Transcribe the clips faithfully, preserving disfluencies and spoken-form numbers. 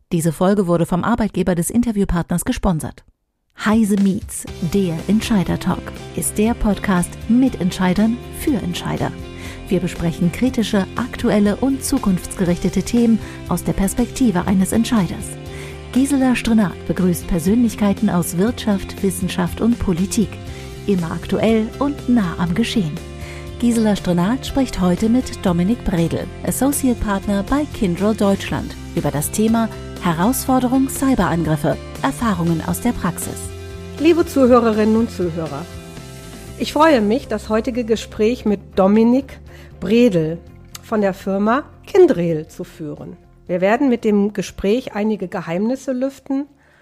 Diese Folge wurde vom Arbeitgeber des Interviewpartners gesponsert. Heise Meets, der Entscheider-Talk, ist der Podcast mit Entscheidern für Entscheider. Wir besprechen kritische, aktuelle und zukunftsgerichtete Themen aus der Perspektive eines Entscheiders. Gisela Strenat begrüßt Persönlichkeiten aus Wirtschaft, Wissenschaft und Politik. Immer aktuell und nah am Geschehen. Gisela Strenat spricht heute mit Dominik Bredel, Associate Partner bei Kyndryl Deutschland, über das Thema Herausforderung Cyberangriffe, Erfahrungen aus der Praxis. Liebe Zuhörerinnen und Zuhörer, ich freue mich, das heutige Gespräch mit Dominik Bredel von der Firma Kyndryl zu führen. Wir werden mit dem Gespräch einige Geheimnisse lüften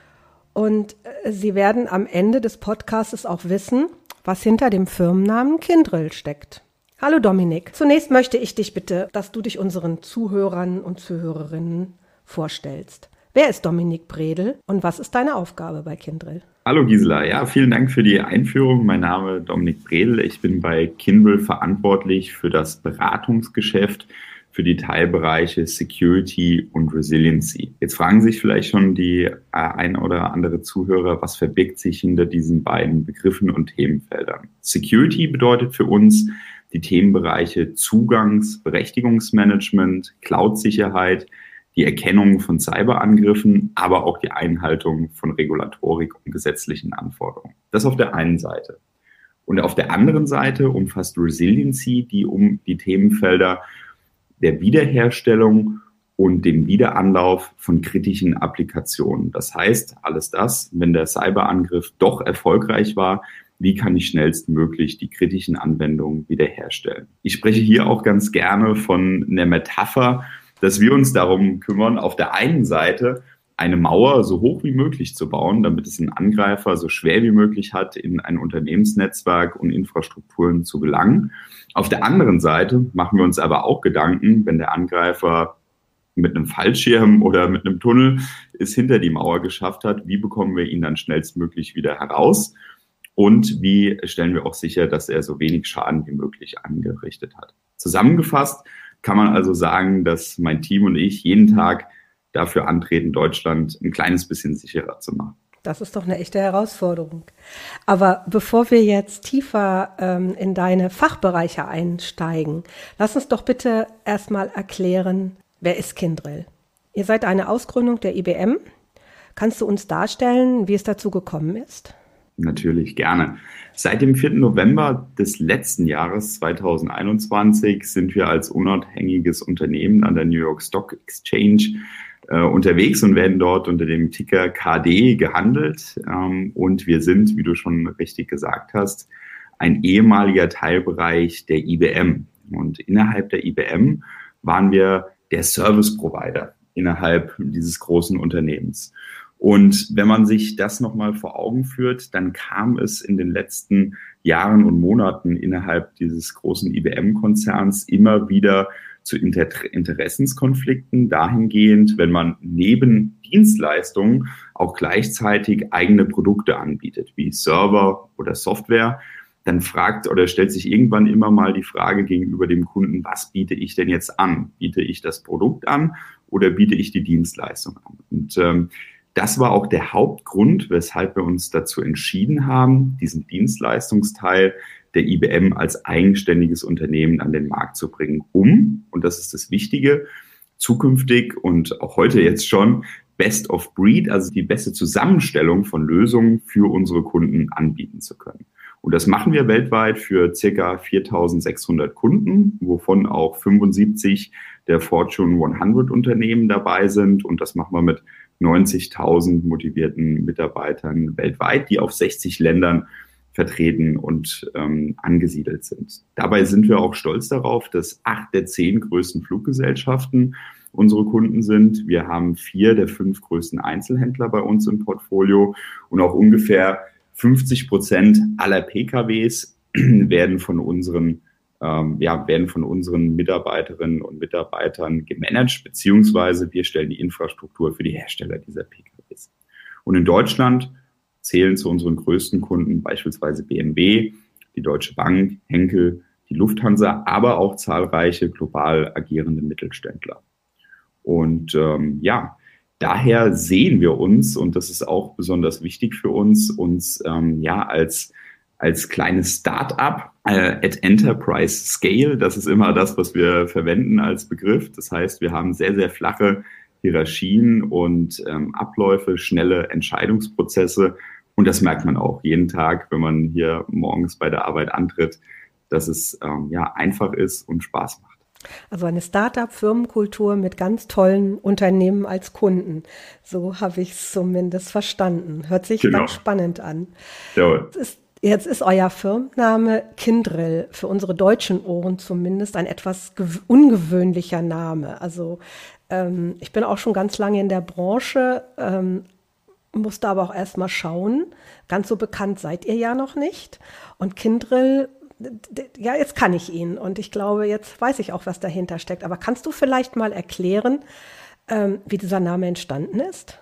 und Sie werden am Ende des Podcasts auch wissen, was hinter dem Firmennamen Kyndryl steckt. Hallo Dominik, zunächst möchte ich dich bitte, dass du dich unseren Zuhörern und Zuhörerinnen vorstellst. Wer ist Dominik Bredel und was ist deine Aufgabe bei Kyndryl? Hallo Gisela, ja, vielen Dank für die Einführung. Mein Name ist Dominik Bredel. Ich bin bei Kyndryl verantwortlich für das Beratungsgeschäft für die Teilbereiche Security und Resiliency. Jetzt fragen sich vielleicht schon die ein oder andere Zuhörer, was verbirgt sich hinter diesen beiden Begriffen und Themenfeldern? Security bedeutet für uns die Themenbereiche Zugangs-, Berechtigungsmanagement, Cloud-Sicherheit, die Erkennung von Cyberangriffen, aber auch die Einhaltung von Regulatorik und gesetzlichen Anforderungen. Das auf der einen Seite. Und auf der anderen Seite umfasst Resiliency die um die Themenfelder der Wiederherstellung und dem Wiederanlauf von kritischen Applikationen. Das heißt, alles das, wenn der Cyberangriff doch erfolgreich war, wie kann ich schnellstmöglich die kritischen Anwendungen wiederherstellen? Ich spreche hier auch ganz gerne von einer Metapher, dass wir uns darum kümmern, auf der einen Seite eine Mauer so hoch wie möglich zu bauen, damit es ein Angreifer so schwer wie möglich hat, in ein Unternehmensnetzwerk und Infrastrukturen zu gelangen. Auf der anderen Seite machen wir uns aber auch Gedanken, wenn der Angreifer mit einem Fallschirm oder mit einem Tunnel es hinter die Mauer geschafft hat, wie bekommen wir ihn dann schnellstmöglich wieder heraus? Und wie stellen wir auch sicher, dass er so wenig Schaden wie möglich angerichtet hat? Zusammengefasst kann man also sagen, dass mein Team und ich jeden Tag dafür antreten, Deutschland ein kleines bisschen sicherer zu machen. Das ist doch eine echte Herausforderung. Aber bevor wir jetzt tiefer ähm, in deine Fachbereiche einsteigen, lass uns doch bitte erstmal erklären, wer ist Kyndryl? Ihr seid eine Ausgründung der I B M. Kannst du uns darstellen, wie es dazu gekommen ist? Natürlich, gerne. Seit dem vierten November des letzten Jahres zweitausendeinundzwanzig sind wir als unabhängiges Unternehmen an der New York Stock Exchange äh, unterwegs und werden dort unter dem Ticker K D gehandelt. Ähm, und wir sind, wie du schon richtig gesagt hast, ein ehemaliger Teilbereich der I B M. Und innerhalb der I B M waren wir der Service Provider innerhalb dieses großen Unternehmens. Und wenn man sich das nochmal vor Augen führt, dann kam es in den letzten Jahren und Monaten innerhalb dieses großen I B M-Konzerns immer wieder zu Inter- Interessenskonflikten dahingehend, wenn man neben Dienstleistungen auch gleichzeitig eigene Produkte anbietet, wie Server oder Software, dann fragt oder stellt sich irgendwann immer mal die Frage gegenüber dem Kunden, was biete ich denn jetzt an? Biete ich das Produkt an oder biete ich die Dienstleistung an? Und ähm, das war auch der Hauptgrund, weshalb wir uns dazu entschieden haben, diesen Dienstleistungsteil der I B M als eigenständiges Unternehmen an den Markt zu bringen, um, und das ist das Wichtige, zukünftig und auch heute jetzt schon Best of Breed, also die beste Zusammenstellung von Lösungen für unsere Kunden anbieten zu können. Und das machen wir weltweit für ca. viertausendsechshundert Kunden, wovon auch fünfundsiebzig der Fortune hundert Unternehmen dabei sind. Und das machen wir mit neunzigtausend motivierten Mitarbeitern weltweit, die auf sechzig Ländern vertreten und ähm, angesiedelt sind. Dabei sind wir auch stolz darauf, dass acht der zehn größten Fluggesellschaften unsere Kunden sind. Wir haben vier der fünf größten Einzelhändler bei uns im Portfolio und auch ungefähr fünfzig Prozent aller P K Ws werden von unseren ähm, ja, werden von unseren Mitarbeiterinnen und Mitarbeitern gemanagt, beziehungsweise wir stellen die Infrastruktur für die Hersteller dieser P K Ws. Und in Deutschland zählen zu unseren größten Kunden beispielsweise B M W, die Deutsche Bank, Henkel, die Lufthansa, aber auch zahlreiche global agierende Mittelständler. Und ähm, ja, daher sehen wir uns, und das ist auch besonders wichtig für uns, uns ähm, ja als als kleines Start-up äh, at Enterprise Scale. Das ist immer das, was wir verwenden als Begriff. Das heißt, wir haben sehr, sehr flache Hierarchien und ähm, Abläufe, schnelle Entscheidungsprozesse. Und das merkt man auch jeden Tag, wenn man hier morgens bei der Arbeit antritt, dass es ähm, ja einfach ist und Spaß macht. Also eine Start-up-Firmenkultur mit ganz tollen Unternehmen als Kunden. So habe ich es zumindest verstanden. Hört sich genau. ganz spannend an. Ja. Ist, jetzt ist euer Firmenname Kyndryl für unsere deutschen Ohren zumindest ein etwas ungewöhnlicher Name. Also ähm, ich bin auch schon ganz lange in der Branche, ähm, musste aber auch erst mal schauen. Ganz so bekannt seid ihr ja noch nicht. Und Kyndryl, ja, jetzt kann ich ihn und ich glaube, jetzt weiß ich auch, was dahinter steckt. Aber kannst du vielleicht mal erklären, ähm, wie dieser Name entstanden ist?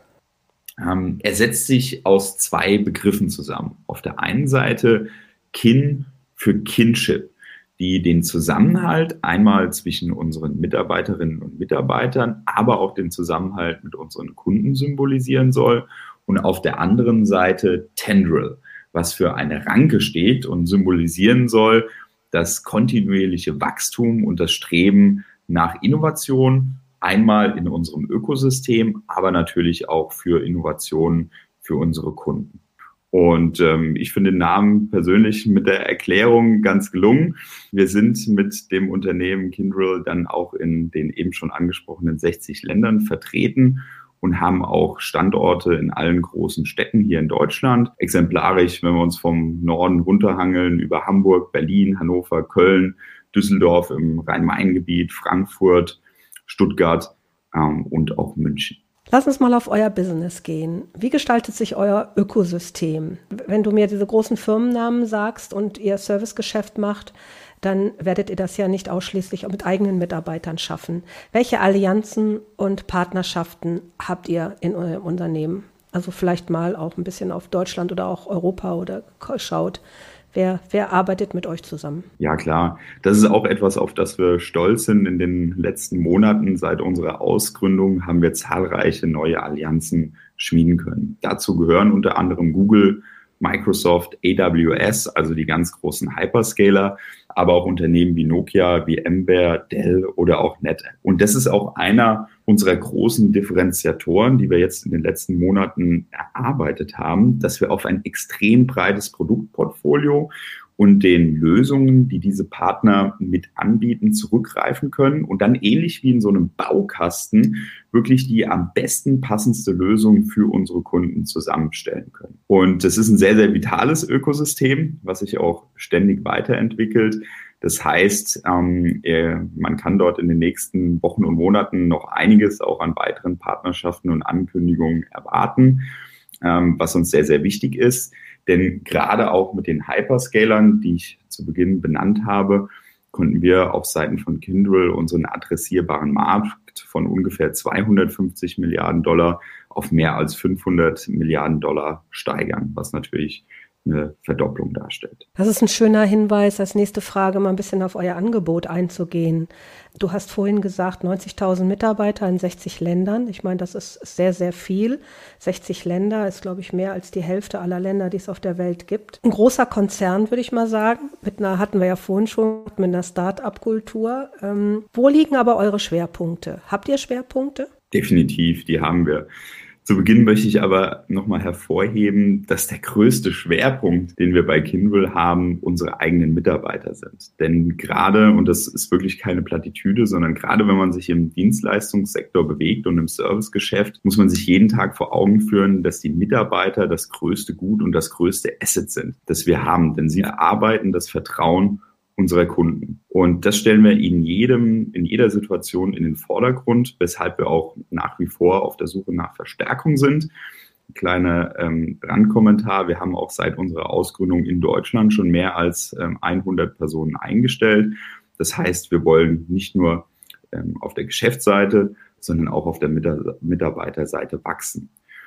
Ähm, er setzt sich aus zwei Begriffen zusammen. Auf der einen Seite Kin für Kinship, die den Zusammenhalt einmal zwischen unseren Mitarbeiterinnen und Mitarbeitern, aber auch den Zusammenhalt mit unseren Kunden symbolisieren soll. Und auf der anderen Seite Tendril, was für eine Ranke steht und symbolisieren soll das kontinuierliche Wachstum und das Streben nach Innovation, einmal in unserem Ökosystem, aber natürlich auch für Innovationen für unsere Kunden. Und ähm, ich finde den Namen persönlich mit der Erklärung ganz gelungen. Wir sind mit dem Unternehmen Kyndryl dann auch in den eben schon angesprochenen sechzig Ländern vertreten und haben auch Standorte in allen großen Städten hier in Deutschland. Exemplarisch, wenn wir uns vom Norden runterhangeln, über Hamburg, Berlin, Hannover, Köln, Düsseldorf im Rhein-Main-Gebiet, Frankfurt, Stuttgart ähm, und auch München. Lass uns mal auf euer Business gehen. Wie gestaltet sich euer Ökosystem? Wenn du mir diese großen Firmennamen sagst und ihr Servicegeschäft macht, dann werdet ihr das ja nicht ausschließlich mit eigenen Mitarbeitern schaffen. Welche Allianzen und Partnerschaften habt ihr in eurem Unternehmen? Also vielleicht mal auch ein bisschen auf Deutschland oder auch Europa oder schaut. Wer, wer arbeitet mit euch zusammen? Ja, klar. Das ist auch etwas, auf das wir stolz sind. In den letzten Monaten seit unserer Ausgründung haben wir zahlreiche neue Allianzen schmieden können. Dazu gehören unter anderem Google, Microsoft, A W S, also die ganz großen Hyperscaler, aber auch Unternehmen wie Nokia, wie Ember, Dell oder auch NetApp. Und das ist auch einer unserer großen Differenziatoren, die wir jetzt in den letzten Monaten erarbeitet haben, dass wir auf ein extrem breites Produktportfolio und den Lösungen, die diese Partner mit anbieten, zurückgreifen können und dann ähnlich wie in so einem Baukasten wirklich die am besten passendste Lösung für unsere Kunden zusammenstellen können. Und das ist ein sehr, sehr vitales Ökosystem, was sich auch ständig weiterentwickelt. Das heißt, ähm, man kann dort in den nächsten Wochen und Monaten noch einiges auch an weiteren Partnerschaften und Ankündigungen erwarten, ähm, was uns sehr, sehr wichtig ist. Denn gerade auch mit den Hyperscalern, die ich zu Beginn benannt habe, konnten wir auf Seiten von Kyndryl unseren adressierbaren Markt von ungefähr zweihundertfünfzig Milliarden Dollar auf mehr als fünfhundert Milliarden Dollar steigern, was natürlich eine Verdopplung darstellt. Das ist ein schöner Hinweis, als nächste Frage mal ein bisschen auf euer Angebot einzugehen. Du hast vorhin gesagt, neunzigtausend Mitarbeiter in sechzig Ländern. Ich meine, das ist sehr, sehr viel. sechzig Länder ist, glaube ich, mehr als die Hälfte aller Länder, die es auf der Welt gibt. Ein großer Konzern, würde ich mal sagen. Mit einer, hatten wir ja vorhin schon, mit einer Start-up-Kultur. Ähm, wo liegen aber eure Schwerpunkte? Habt ihr Schwerpunkte? Definitiv, die haben wir. Zu Beginn möchte ich aber nochmal hervorheben, dass der größte Schwerpunkt, den wir bei Kyndryl haben, unsere eigenen Mitarbeiter sind. Denn gerade, und das ist wirklich keine Plattitüde, sondern gerade wenn man sich im Dienstleistungssektor bewegt und im Servicegeschäft, muss man sich jeden Tag vor Augen führen, dass die Mitarbeiter das größte Gut und das größte Asset sind, das wir haben. Denn sie erarbeiten das Vertrauen unserer Kunden. Und das stellen wir in jedem, in jeder Situation in den Vordergrund, weshalb wir auch nach wie vor auf der Suche nach Verstärkung sind. Kleiner ähm, Randkommentar. Wir haben auch seit unserer Ausgründung in Deutschland schon mehr als ähm, hundert Personen eingestellt. Das heißt, wir wollen nicht nur ähm, auf der Geschäftsseite, sondern auch auf der Mit- Mitarbeiterseite wachsen.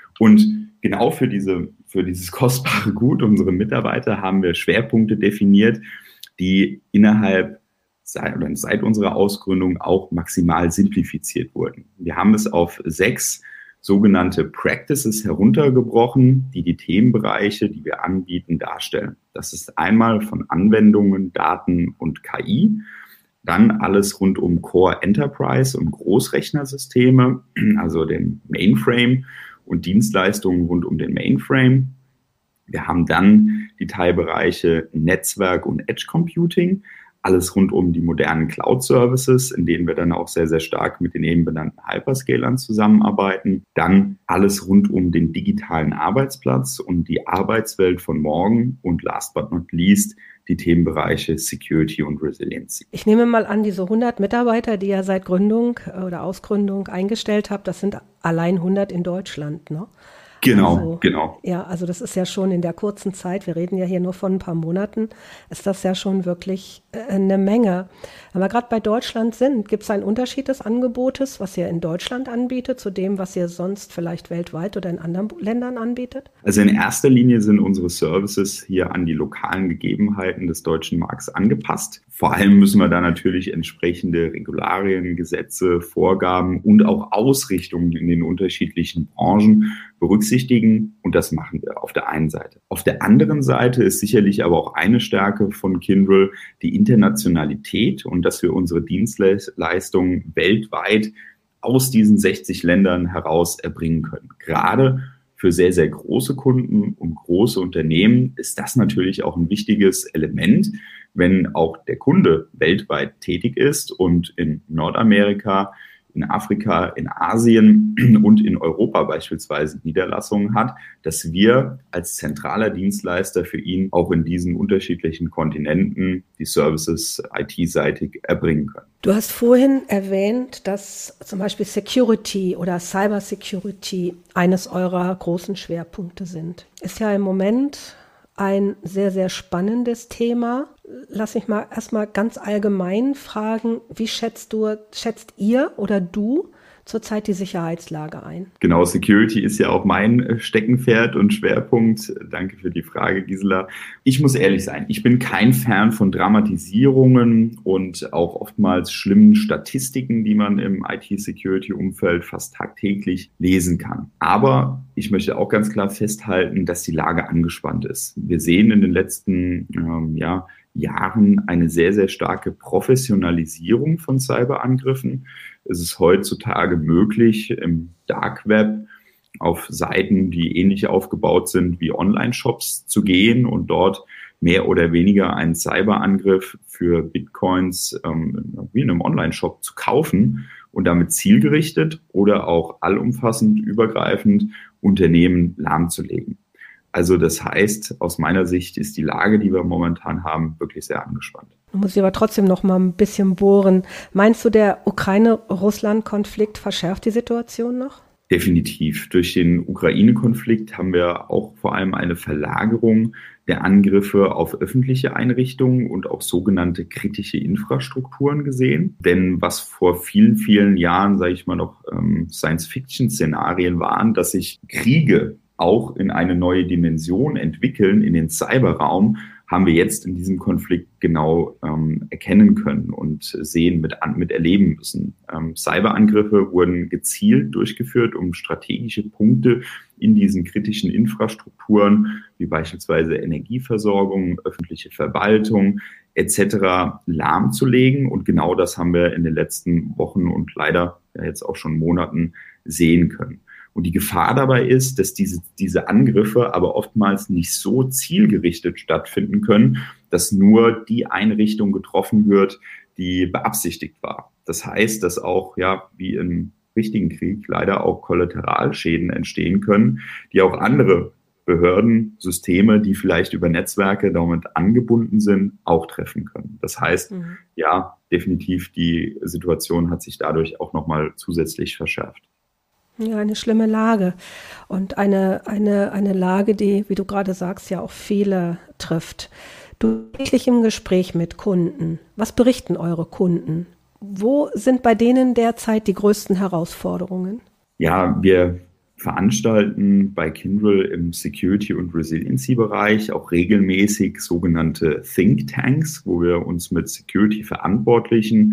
Und genau für diese, für dieses kostbare Gut, unsere Mitarbeiter, haben wir Schwerpunkte definiert, die innerhalb seit, oder seit unserer Ausgründung auch maximal simplifiziert wurden. Wir haben es auf sechs sogenannte Practices heruntergebrochen, die die Themenbereiche, die wir anbieten, darstellen. Das ist einmal von Anwendungen, Daten und K I, dann alles rund um Core Enterprise und Großrechnersysteme, also den Mainframe und Dienstleistungen rund um den Mainframe. Wir haben dann die Teilbereiche Netzwerk und Edge Computing, alles rund um die modernen Cloud-Services, in denen wir dann auch sehr, sehr stark mit den eben benannten Hyperscalern zusammenarbeiten. Dann alles rund um den digitalen Arbeitsplatz und die Arbeitswelt von morgen. Und last but not least die Themenbereiche Security und Resiliency. Ich nehme mal an, diese hundert Mitarbeiter, die ihr seit Gründung oder Ausgründung eingestellt habt, das sind allein hundert in Deutschland, ne? Genau, also, genau. Ja, also das ist ja schon in der kurzen Zeit, wir reden ja hier nur von ein paar Monaten, ist das ja schon wirklich äh, eine Menge. Wenn wir gerade bei Deutschland sind, gibt es einen Unterschied des Angebotes, was ihr in Deutschland anbietet, zu dem, was ihr sonst vielleicht weltweit oder in anderen Ländern anbietet? Also in erster Linie sind unsere Services hier an die lokalen Gegebenheiten des deutschen Markts angepasst. Vor allem müssen wir da natürlich entsprechende Regularien, Gesetze, Vorgaben und auch Ausrichtungen in den unterschiedlichen Branchen berücksichtigen, und das machen wir auf der einen Seite. Auf der anderen Seite ist sicherlich aber auch eine Stärke von Kyndryl die Internationalität und dass wir unsere Dienstleistungen weltweit aus diesen sechzig Ländern heraus erbringen können. Gerade für sehr, sehr große Kunden und große Unternehmen ist das natürlich auch ein wichtiges Element, wenn auch der Kunde weltweit tätig ist und in Nordamerika, in Afrika, in Asien und in Europa beispielsweise Niederlassungen hat, dass wir als zentraler Dienstleister für ihn auch in diesen unterschiedlichen Kontinenten die Services I T-seitig erbringen können. Du hast vorhin erwähnt, dass zum Beispiel Security oder Cyber Security eines eurer großen Schwerpunkte sind. Ist ja im Moment ein sehr, sehr spannendes Thema. Lass mich mal erstmal ganz allgemein fragen, wie schätzt du, schätzt ihr oder du zurzeit die Sicherheitslage ein? Genau, Security ist ja auch mein Steckenpferd und Schwerpunkt. Danke für die Frage, Gisela. Ich muss ehrlich sein, ich bin kein Fan von Dramatisierungen und auch oftmals schlimmen Statistiken, die man im I T-Security-Umfeld fast tagtäglich lesen kann. Aber ich möchte auch ganz klar festhalten, dass die Lage angespannt ist. Wir sehen in den letzten ähm, ja, Jahren eine sehr, sehr starke Professionalisierung von Cyberangriffen. Es ist heutzutage möglich, im Dark Web auf Seiten, die ähnlich aufgebaut sind wie Online-Shops, zu gehen und dort mehr oder weniger einen Cyberangriff für Bitcoins ähm, wie in einem Online-Shop zu kaufen und damit zielgerichtet oder auch allumfassend übergreifend Unternehmen lahmzulegen. Also das heißt, aus meiner Sicht ist die Lage, die wir momentan haben, wirklich sehr angespannt. Du musst aber trotzdem noch mal ein bisschen bohren. Meinst du, der Ukraine-Russland-Konflikt verschärft die Situation noch? Definitiv. Durch den Ukraine-Konflikt haben wir auch vor allem eine Verlagerung der Angriffe auf öffentliche Einrichtungen und auch sogenannte kritische Infrastrukturen gesehen. Denn was vor vielen, vielen Jahren, sage ich mal noch, ähm, Science-Fiction-Szenarien waren, dass sich Kriege auch in eine neue Dimension entwickeln, in den Cyberraum, haben wir jetzt in diesem Konflikt genau ähm, erkennen können und sehen, mit, an, mit erleben müssen. Ähm, Cyberangriffe wurden gezielt durchgeführt, um strategische Punkte in diesen kritischen Infrastrukturen, wie beispielsweise Energieversorgung, öffentliche Verwaltung et cetera lahmzulegen. Und genau das haben wir in den letzten Wochen und leider ja jetzt auch schon Monaten sehen können. Und die Gefahr dabei ist, dass diese, diese Angriffe aber oftmals nicht so zielgerichtet stattfinden können, dass nur die Einrichtung getroffen wird, die beabsichtigt war. Das heißt, dass auch, ja, wie im richtigen Krieg leider auch Kollateralschäden entstehen können, die auch andere Behörden, Systeme, die vielleicht über Netzwerke damit angebunden sind, auch treffen können. Das heißt, mhm. ja, definitiv die Situation hat sich dadurch auch nochmal zusätzlich verschärft. Ja, eine schlimme Lage und eine, eine, eine Lage, die, wie du gerade sagst, ja auch viele trifft. Du bist täglich im Gespräch mit Kunden. Was berichten eure Kunden? Wo sind bei denen derzeit die größten Herausforderungen? Ja, wir veranstalten bei Kyndryl im Security- und Resiliency-Bereich auch regelmäßig sogenannte Think Tanks, wo wir uns mit Security-Verantwortlichen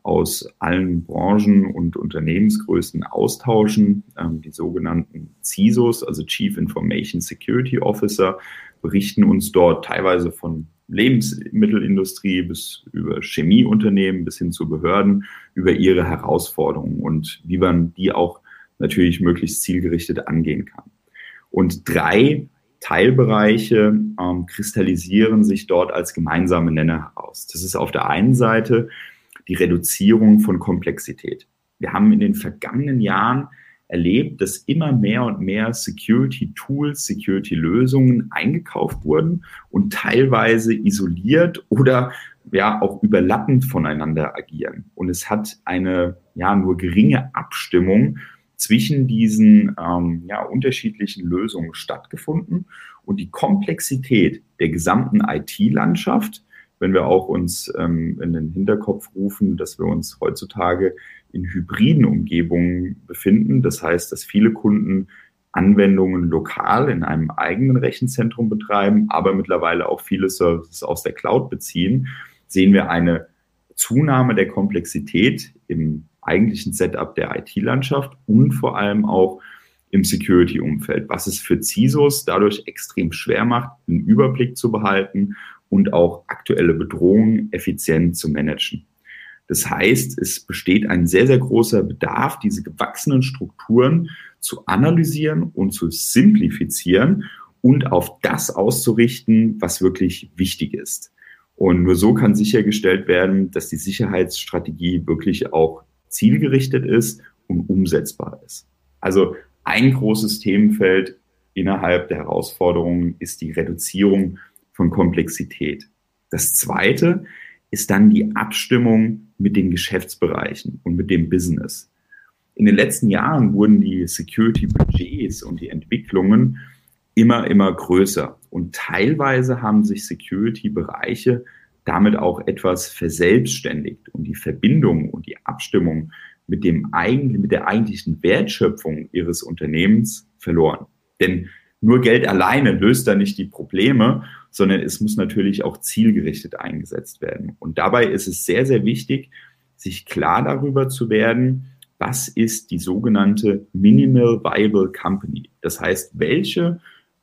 aus allen Branchen und Unternehmensgrößen austauschen. Ähm, die sogenannten C I S Os, also Chief Information Security Officer, berichten uns dort teilweise von Lebensmittelindustrie bis über Chemieunternehmen bis hin zu Behörden über ihre Herausforderungen und wie man die auch natürlich möglichst zielgerichtet angehen kann. Und drei Teilbereiche ähm, kristallisieren sich dort als gemeinsame Nenner heraus. Das ist auf der einen Seite die Reduzierung von Komplexität. Wir haben in den vergangenen Jahren erlebt, dass immer mehr und mehr Security-Tools, Security-Lösungen eingekauft wurden und teilweise isoliert oder ja auch überlappend voneinander agieren. Und es hat eine ja nur geringe Abstimmung zwischen diesen ähm, ja, unterschiedlichen Lösungen stattgefunden und die Komplexität der gesamten I T-Landschaft, wenn wir auch uns ähm, in den Hinterkopf rufen, dass wir uns heutzutage in hybriden Umgebungen befinden. Das heißt, dass viele Kunden Anwendungen lokal in einem eigenen Rechenzentrum betreiben, aber mittlerweile auch viele Services aus der Cloud beziehen, sehen wir eine Zunahme der Komplexität im eigentlichen Setup der I T-Landschaft und vor allem auch im Security-Umfeld, was es für C I S Os dadurch extrem schwer macht, einen Überblick zu behalten und auch aktuelle Bedrohungen effizient zu managen. Das heißt, es besteht ein sehr, sehr großer Bedarf, diese gewachsenen Strukturen zu analysieren und zu simplifizieren und auf das auszurichten, was wirklich wichtig ist. Und nur so kann sichergestellt werden, dass die Sicherheitsstrategie wirklich auch zielgerichtet ist und umsetzbar ist. Also ein großes Themenfeld innerhalb der Herausforderungen ist die Reduzierung von Komplexität. Das zweite ist dann die Abstimmung mit den Geschäftsbereichen und mit dem Business. In den letzten Jahren wurden die Security-Budgets und die Entwicklungen immer, immer größer. Und teilweise haben sich Security-Bereiche damit auch etwas verselbstständigt und die Verbindung und die Abstimmung mit dem eigentlichen, mit der eigentlichen Wertschöpfung ihres Unternehmens verloren. Denn nur Geld alleine löst da nicht die Probleme, sondern es muss natürlich auch zielgerichtet eingesetzt werden. Und dabei ist es sehr, sehr wichtig, sich klar darüber zu werden, was ist die sogenannte Minimal Viable Company? Das heißt, welche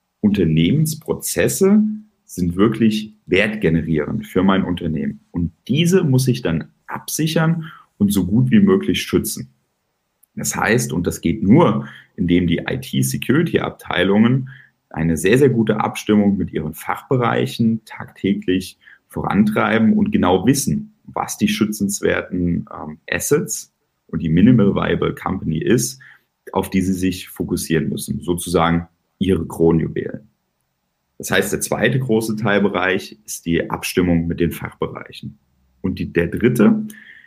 Unternehmensprozesse sind wirklich wertgenerierend für mein Unternehmen? Und diese muss ich dann absichern und so gut wie möglich schützen. Das heißt, und das geht nur, indem die I T-Security-Abteilungen eine sehr, sehr gute Abstimmung mit ihren Fachbereichen tagtäglich vorantreiben und genau wissen, was die schützenswerten ähm, Assets und die Minimal Viable Company ist, auf die sie sich fokussieren müssen, sozusagen ihre Kronjuwelen. Das heißt, der zweite große Teilbereich ist die Abstimmung mit den Fachbereichen. Und die, der dritte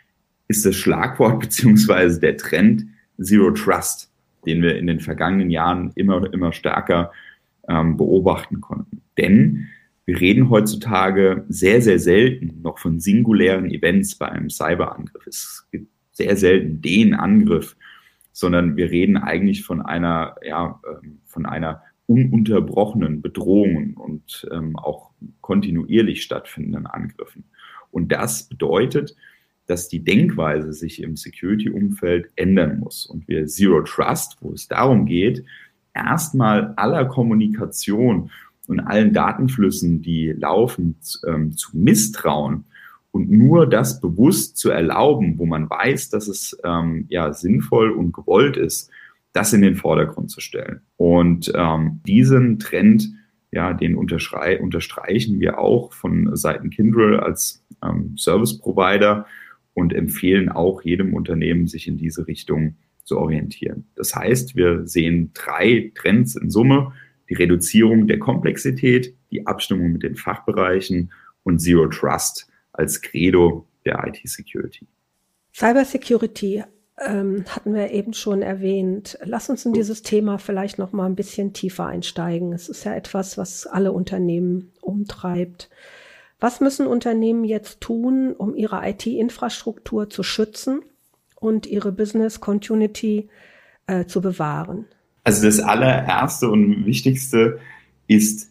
ist das Schlagwort beziehungsweise der Trend Zero Trust, den wir in den vergangenen Jahren immer, immer stärker ähm, beobachten konnten. Denn wir reden heutzutage sehr, sehr selten noch von singulären Events bei einem Cyberangriff. Es gibt sehr selten den Angriff, sondern wir reden eigentlich von einer, ja, von einer ununterbrochenen Bedrohung und ähm, auch kontinuierlich stattfindenden Angriffen. Und das bedeutet, dass die Denkweise sich im Security-Umfeld ändern muss. Und wir Zero Trust, wo es darum geht, erstmal aller Kommunikation und allen Datenflüssen, die laufen, ähm, zu misstrauen und nur das bewusst zu erlauben, wo man weiß, dass es ähm, ja sinnvoll und gewollt ist, das in den Vordergrund zu stellen. Und ähm, diesen Trend, ja, den unterschrei- unterstreichen wir auch von Seiten Kyndryl als ähm, Service Provider und empfehlen auch jedem Unternehmen, sich in diese Richtung zu orientieren. Das heißt, wir sehen drei Trends in Summe: die Reduzierung der Komplexität, die Abstimmung mit den Fachbereichen und Zero Trust als Credo der I T-Security. Cybersecurity ähm, hatten wir eben schon erwähnt. Lass uns in dieses Thema vielleicht noch mal ein bisschen tiefer einsteigen. Es ist ja etwas, was alle Unternehmen umtreibt. Was müssen Unternehmen jetzt tun, um ihre I T-Infrastruktur zu schützen und ihre Business Continuity äh, zu bewahren? Also das allererste und wichtigste ist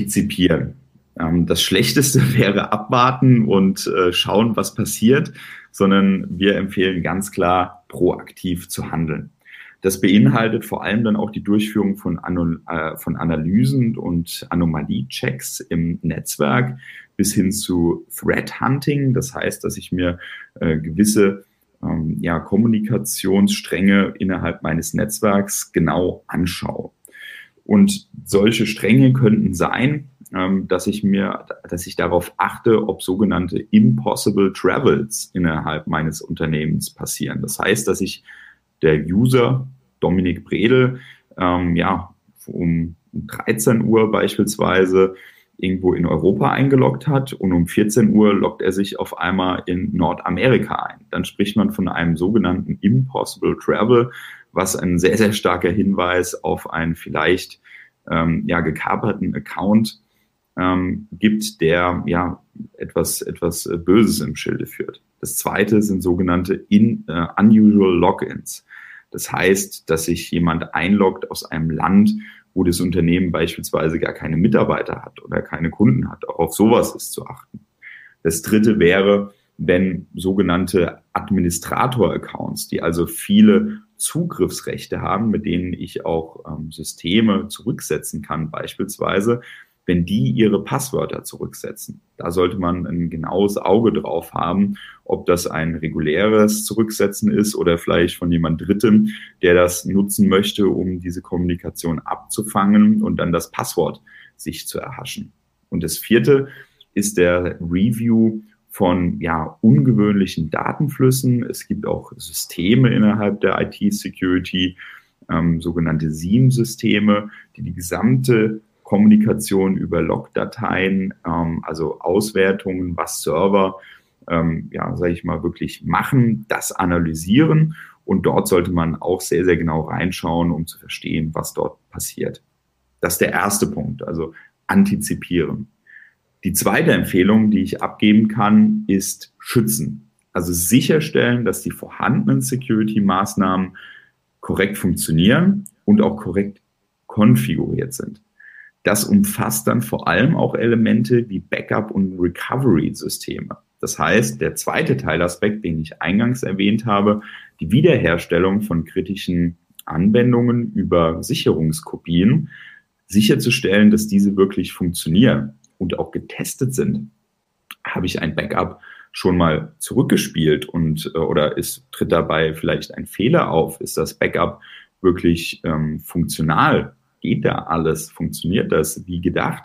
antizipieren. Ähm, das Schlechteste wäre abwarten und äh, schauen, was passiert. sondern wir empfehlen ganz klar, proaktiv zu handeln. Das beinhaltet vor allem dann auch die Durchführung von, An- äh, von Analysen und Anomalie-Checks im Netzwerk bis hin zu Threat Hunting. Das heißt, dass ich mir äh, gewisse ähm, ja, Kommunikationsstränge innerhalb meines Netzwerks genau anschaue. Und solche Stränge könnten sein, ähm, dass ich mir, dass ich darauf achte, ob sogenannte Impossible Travels innerhalb meines Unternehmens passieren. Das heißt, dass ich der User Dominik Bredel ähm, ja um dreizehn Uhr beispielsweise irgendwo in Europa eingeloggt hat und um vierzehn Uhr loggt er sich auf einmal in Nordamerika ein. Dann spricht man von einem sogenannten Impossible Travel, was ein sehr, sehr starker Hinweis auf einen vielleicht ähm, ja gekaperten Account ähm, gibt, der ja etwas, etwas Böses im Schilde führt. Das zweite sind sogenannte in, äh, Unusual Logins. Das heißt, dass sich jemand einloggt aus einem Land, wo das Unternehmen beispielsweise gar keine Mitarbeiter hat oder keine Kunden hat. Auch auf sowas ist zu achten. Das dritte wäre, wenn sogenannte Administrator-Accounts, die also viele Zugriffsrechte haben, mit denen ich auch ähm, Systeme zurücksetzen kann beispielsweise, wenn die ihre Passwörter zurücksetzen. Da sollte man ein genaues Auge drauf haben, ob das ein reguläres Zurücksetzen ist oder vielleicht von jemand Drittem, der das nutzen möchte, um diese Kommunikation abzufangen und dann das Passwort sich zu erhaschen. Und das vierte ist der Review von ja, ungewöhnlichen Datenflüssen. Es gibt auch Systeme innerhalb der I T-Security, ähm, sogenannte S I E M-Systeme, die die gesamte Kommunikation über Logdateien, ähm, also Auswertungen, was Server, ähm, ja, sage ich mal, wirklich machen, das analysieren. Und dort sollte man auch sehr, sehr genau reinschauen, um zu verstehen, was dort passiert. Das ist der erste Punkt, also antizipieren. Die zweite Empfehlung, die ich abgeben kann, ist schützen. Also sicherstellen, dass die vorhandenen Security-Maßnahmen korrekt funktionieren und auch korrekt konfiguriert sind. Das umfasst dann vor allem auch Elemente wie Backup- und Recovery-Systeme. Das heißt, der zweite Teilaspekt, den ich eingangs erwähnt habe, die Wiederherstellung von kritischen Anwendungen über Sicherungskopien, sicherzustellen, dass diese wirklich funktionieren und auch getestet sind. Habe ich ein Backup schon mal zurückgespielt und äh, oder ist, tritt dabei vielleicht ein Fehler auf? Ist das Backup wirklich ähm, funktional? Geht da alles? Funktioniert das wie gedacht?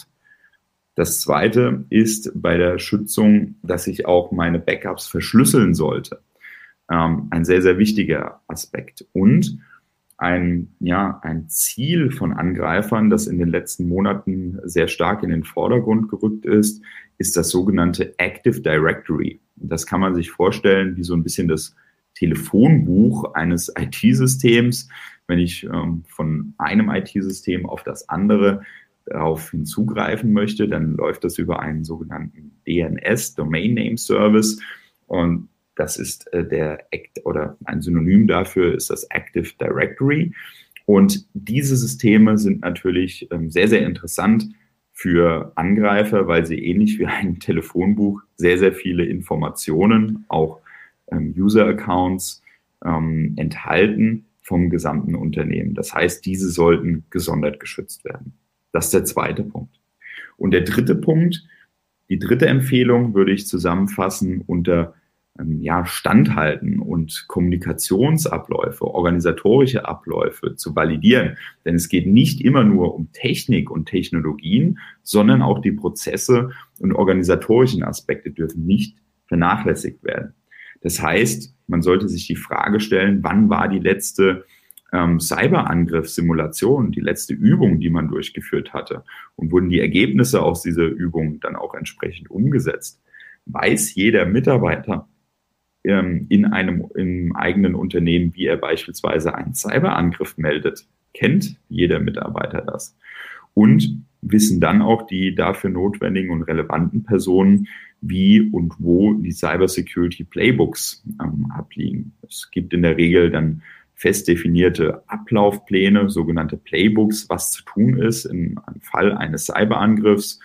Das zweite ist bei der Schützung, dass ich auch meine Backups verschlüsseln sollte. Ähm, ein sehr, sehr wichtiger Aspekt. Und ein, ja, ein Ziel von Angreifern, das in den letzten Monaten sehr stark in den Vordergrund gerückt ist, ist das sogenannte Active Directory. Das kann man sich vorstellen wie so ein bisschen das Telefonbuch eines I T-Systems. Wenn ich ähm, von einem I T-System auf das andere darauf hinzugreifen möchte, dann läuft das über einen sogenannten D N S, Domain Name Service. Und das ist äh, der Act oder ein Synonym dafür ist das Active Directory. Und diese Systeme sind natürlich ähm, sehr, sehr interessant für Angreifer, weil sie ähnlich wie ein Telefonbuch sehr, sehr viele Informationen, auch ähm, User-Accounts ähm, enthalten vom gesamten Unternehmen. Das heißt, diese sollten gesondert geschützt werden. Das ist der zweite Punkt. Und der dritte Punkt, die dritte Empfehlung würde ich zusammenfassen unter ähm, ja, Standhalten und Kommunikationsabläufe, organisatorische Abläufe zu validieren. Denn es geht nicht immer nur um Technik und Technologien, sondern auch die Prozesse und organisatorischen Aspekte dürfen nicht vernachlässigt werden. Das heißt, man sollte sich die Frage stellen, wann war die letzte ähm, Cyberangriffssimulation, die letzte Übung, die man durchgeführt hatte? Und wurden die Ergebnisse aus dieser Übung dann auch entsprechend umgesetzt? Weiß jeder Mitarbeiter ähm, in einem im eigenen Unternehmen, wie er beispielsweise einen Cyberangriff meldet? Kennt jeder Mitarbeiter das? Und wissen dann auch die dafür notwendigen und relevanten Personen, wie und wo die Cybersecurity Playbooks ähm, abliegen. Es gibt in der Regel dann fest definierte Ablaufpläne, sogenannte Playbooks, was zu tun ist im Fall eines Cyberangriffs.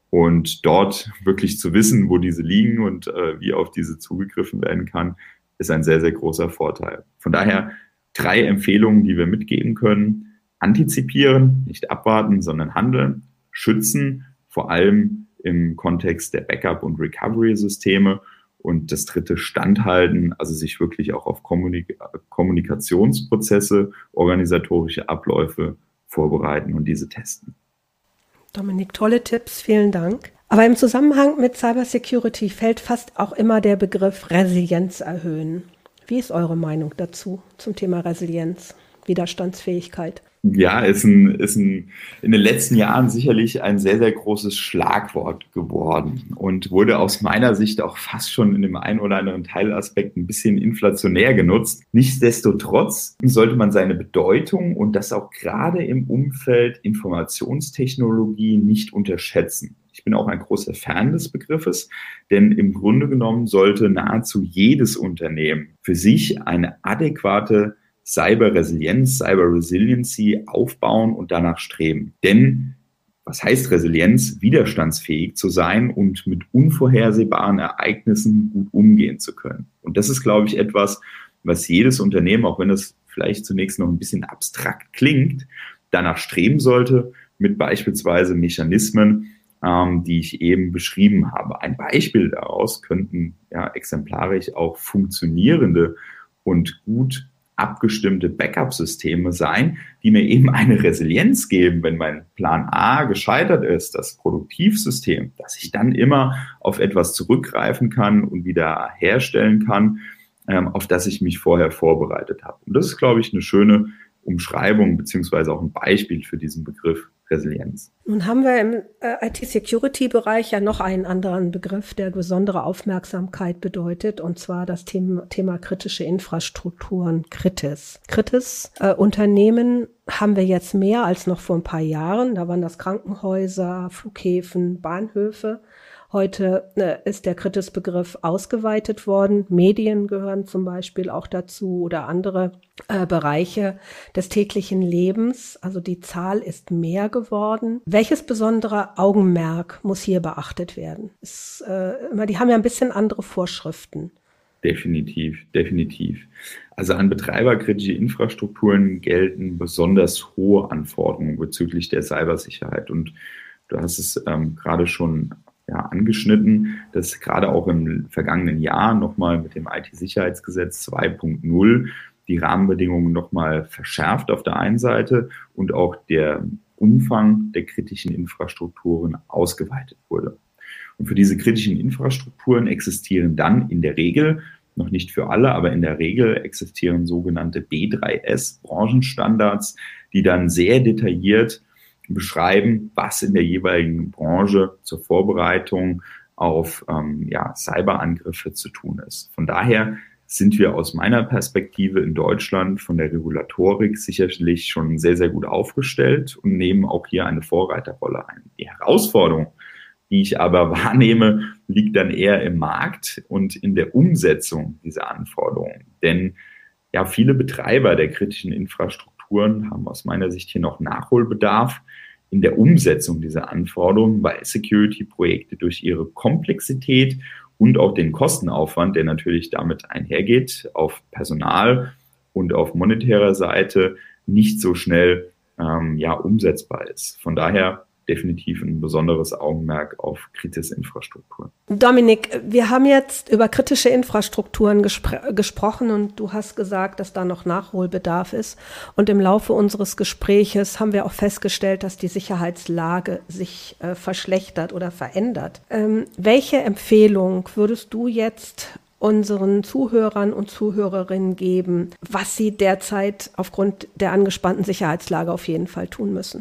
Und dort wirklich zu wissen, wo diese liegen und äh, wie auf diese zugegriffen werden kann, ist ein sehr, sehr großer Vorteil. Von daher drei Empfehlungen, die wir mitgeben können. Antizipieren, nicht abwarten, sondern handeln. Schützen, vor allem im Kontext der Backup- und Recovery-Systeme. Und das dritte, standhalten, also sich wirklich auch auf Kommunik- Kommunikationsprozesse, organisatorische Abläufe vorbereiten und diese testen. Dominik, tolle Tipps, vielen Dank. Aber im Zusammenhang mit Cybersecurity fällt fast auch immer der Begriff Resilienz erhöhen. Wie ist eure Meinung dazu, zum Thema Resilienz, Widerstandsfähigkeit? Ja, ist, ein, ist ein, in den letzten Jahren sicherlich ein sehr, sehr großes Schlagwort geworden und wurde aus meiner Sicht auch fast schon in dem einen oder anderen Teilaspekt ein bisschen inflationär genutzt. Nichtsdestotrotz sollte man seine Bedeutung und das auch gerade im Umfeld Informationstechnologie nicht unterschätzen. Ich bin auch ein großer Fan des Begriffes, denn im Grunde genommen sollte nahezu jedes Unternehmen für sich eine adäquate Cyber-Resilienz, Cyber-Resiliency aufbauen und danach streben. Denn was heißt Resilienz? Widerstandsfähig zu sein und mit unvorhersehbaren Ereignissen gut umgehen zu können. Und das ist, glaube ich, etwas, was jedes Unternehmen, auch wenn es vielleicht zunächst noch ein bisschen abstrakt klingt, danach streben sollte, mit beispielsweise Mechanismen, ähm, die ich eben beschrieben habe. Ein Beispiel daraus könnten ja exemplarisch auch funktionierende und gut abgestimmte Backup-Systeme sein, die mir eben eine Resilienz geben, wenn mein Plan A gescheitert ist, das Produktivsystem, dass ich dann immer auf etwas zurückgreifen kann und wieder herstellen kann, ähm, auf das ich mich vorher vorbereitet habe. Und das ist, glaube ich, eine schöne Umschreibung beziehungsweise auch ein Beispiel für diesen Begriff Resilienz. Nun haben wir im äh, I T-Security-Bereich ja noch einen anderen Begriff, der besondere Aufmerksamkeit bedeutet, und zwar das Thema, Thema kritische Infrastrukturen, Kritis. Kritis äh, Unternehmen haben wir jetzt mehr als noch vor ein paar Jahren. Da waren das Krankenhäuser, Flughäfen, Bahnhöfe. Heute äh, ist der Kritis-Begriff ausgeweitet worden. Medien gehören zum Beispiel auch dazu oder andere äh, Bereiche des täglichen Lebens. Also die Zahl ist mehr geworden. Welches besondere Augenmerk muss hier beachtet werden? Ist, äh, die haben ja ein bisschen andere Vorschriften. Definitiv, definitiv. Also an betreiberkritische Infrastrukturen gelten besonders hohe Anforderungen bezüglich der Cybersicherheit. Und du hast es ähm, gerade schon ja, angeschnitten, dass gerade auch im vergangenen Jahr nochmal mit dem I T-Sicherheitsgesetz zwei Punkt null die Rahmenbedingungen nochmal verschärft auf der einen Seite und auch der Umfang der kritischen Infrastrukturen ausgeweitet wurde. Und für diese kritischen Infrastrukturen existieren dann in der Regel, noch nicht für alle, aber in der Regel existieren sogenannte B drei S-Branchenstandards, die dann sehr detailliert beschreiben, was in der jeweiligen Branche zur Vorbereitung auf ähm, ja, Cyberangriffe zu tun ist. Von daher sind wir aus meiner Perspektive in Deutschland von der Regulatorik sicherlich schon sehr, sehr gut aufgestellt und nehmen auch hier eine Vorreiterrolle ein. Die Herausforderung, die ich aber wahrnehme, liegt dann eher im Markt und in der Umsetzung dieser Anforderungen. Denn ja, viele Betreiber der kritischen Infrastrukturen haben aus meiner Sicht hier noch Nachholbedarf in der Umsetzung dieser Anforderungen, weil Security-Projekte durch ihre Komplexität und auch den Kostenaufwand, der natürlich damit einhergeht, auf Personal und auf monetärer Seite nicht so schnell ähm, ja, umsetzbar ist. Von daher definitiv ein besonderes Augenmerk auf kritische Infrastrukturen. Dominik, wir haben jetzt über kritische Infrastrukturen gespr- gesprochen und du hast gesagt, dass da noch Nachholbedarf ist. Und im Laufe unseres Gespräches haben wir auch festgestellt, dass die Sicherheitslage sich äh, verschlechtert oder verändert. Ähm, welche Empfehlung würdest du jetzt unseren Zuhörern und Zuhörerinnen geben, was sie derzeit aufgrund der angespannten Sicherheitslage auf jeden Fall tun müssen?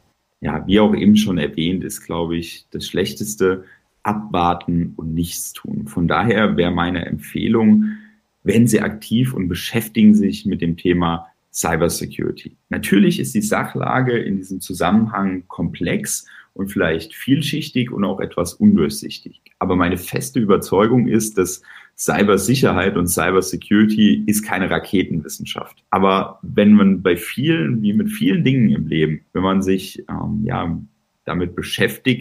Ja, wie auch eben schon erwähnt, ist, glaube ich, das Schlechteste abwarten und nichts tun. Von daher wäre meine Empfehlung, werden Sie aktiv und beschäftigen sich mit dem Thema Cybersecurity. Natürlich ist die Sachlage in diesem Zusammenhang komplex und vielleicht vielschichtig und auch etwas undurchsichtig. Aber meine feste Überzeugung ist, dass Cybersicherheit und Cybersecurity ist keine Raketenwissenschaft. Aber wenn man bei vielen, wie mit vielen Dingen im Leben, wenn man sich ähm, ja damit beschäftigt,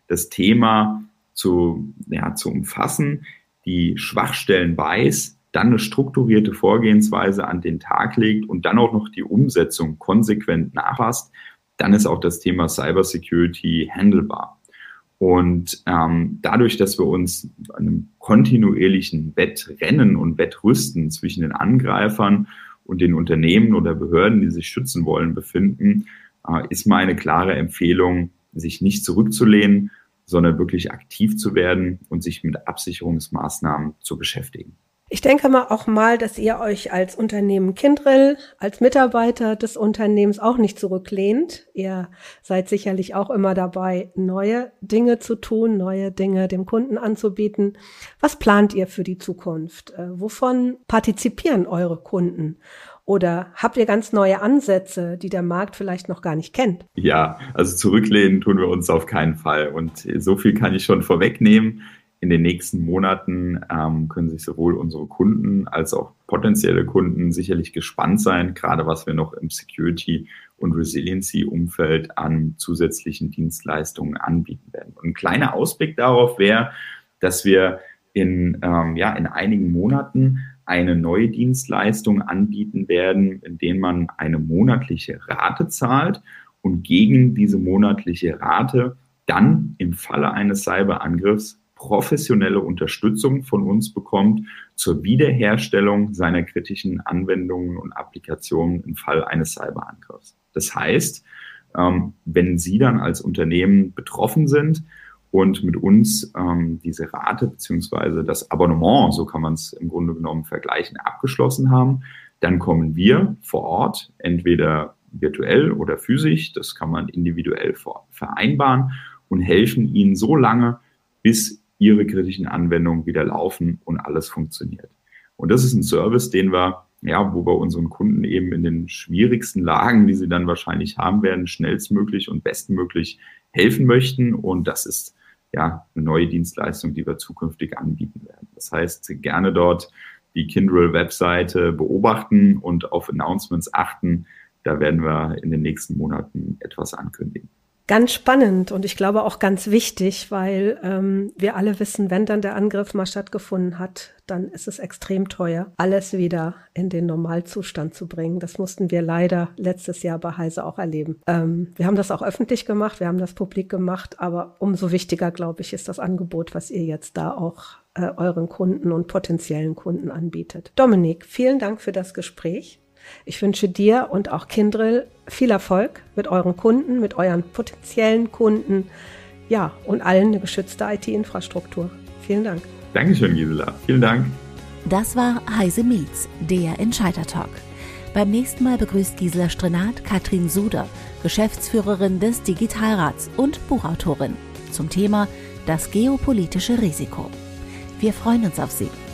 das Thema zu, ja, zu umfassen, die Schwachstellen weiß, dann eine strukturierte Vorgehensweise an den Tag legt und dann auch noch die Umsetzung konsequent nachfasst, dann ist auch das Thema Cybersecurity handelbar. Und ähm, dadurch, dass wir uns einem kontinuierlichen Wettrennen und Wettrüsten zwischen den Angreifern und den Unternehmen oder Behörden, die sich schützen wollen, befinden, äh, ist meine klare Empfehlung, sich nicht zurückzulehnen, sondern wirklich aktiv zu werden und sich mit Absicherungsmaßnahmen zu beschäftigen. Ich denke mal auch mal, dass ihr euch als Unternehmen Kyndryl, als Mitarbeiter des Unternehmens auch nicht zurücklehnt. Ihr seid sicherlich auch immer dabei, neue Dinge zu tun, neue Dinge dem Kunden anzubieten. Was plant ihr für die Zukunft? Wovon partizipieren eure Kunden? Oder habt ihr ganz neue Ansätze, die der Markt vielleicht noch gar nicht kennt? Ja, also zurücklehnen tun wir uns auf keinen Fall. Und so viel kann ich schon vorwegnehmen. In den nächsten Monaten ähm, können sich sowohl unsere Kunden als auch potenzielle Kunden sicherlich gespannt sein, gerade was wir noch im Security- und Resiliency-Umfeld an zusätzlichen Dienstleistungen anbieten werden. Und ein kleiner Ausblick darauf wäre, dass wir in, ähm, ja, in einigen Monaten eine neue Dienstleistung anbieten werden, in der man eine monatliche Rate zahlt und gegen diese monatliche Rate dann im Falle eines Cyberangriffs professionelle Unterstützung von uns bekommt zur Wiederherstellung seiner kritischen Anwendungen und Applikationen im Fall eines Cyberangriffs. Das heißt, wenn Sie dann als Unternehmen betroffen sind und mit uns diese Rate bzw. das Abonnement, so kann man es im Grunde genommen vergleichen, abgeschlossen haben, dann kommen wir vor Ort, entweder virtuell oder physisch, das kann man individuell vereinbaren und helfen Ihnen so lange, bis Ihre kritischen Anwendungen wieder laufen und alles funktioniert. Und das ist ein Service, den wir, ja, wo wir unseren Kunden eben in den schwierigsten Lagen, die sie dann wahrscheinlich haben werden, schnellstmöglich und bestmöglich helfen möchten. Und das ist ja eine neue Dienstleistung, die wir zukünftig anbieten werden. Das heißt, gerne dort die Kyndryl-Webseite beobachten und auf Announcements achten. Da werden wir in den nächsten Monaten etwas ankündigen. Ganz spannend und ich glaube auch ganz wichtig, weil ähm, wir alle wissen, wenn dann der Angriff mal stattgefunden hat, dann ist es extrem teuer, alles wieder in den Normalzustand zu bringen. Das mussten wir leider letztes Jahr bei Heise auch erleben. Ähm, wir haben das auch öffentlich gemacht, wir haben das publik gemacht, aber umso wichtiger, glaube ich, ist das Angebot, was ihr jetzt da auch äh, euren Kunden und potenziellen Kunden anbietet. Dominik, vielen Dank für das Gespräch. Ich wünsche dir und auch Kyndryl viel Erfolg mit euren Kunden, mit euren potenziellen Kunden, ja, und allen eine geschützte I T-Infrastruktur. Vielen Dank. Dankeschön, Gisela. Vielen Dank. Das war Heise Meets, der Entscheider-Talk. Beim nächsten Mal begrüßt Gisela Strenat Katrin Suder, Geschäftsführerin des Digitalrats und Buchautorin, zum Thema das geopolitische Risiko. Wir freuen uns auf Sie.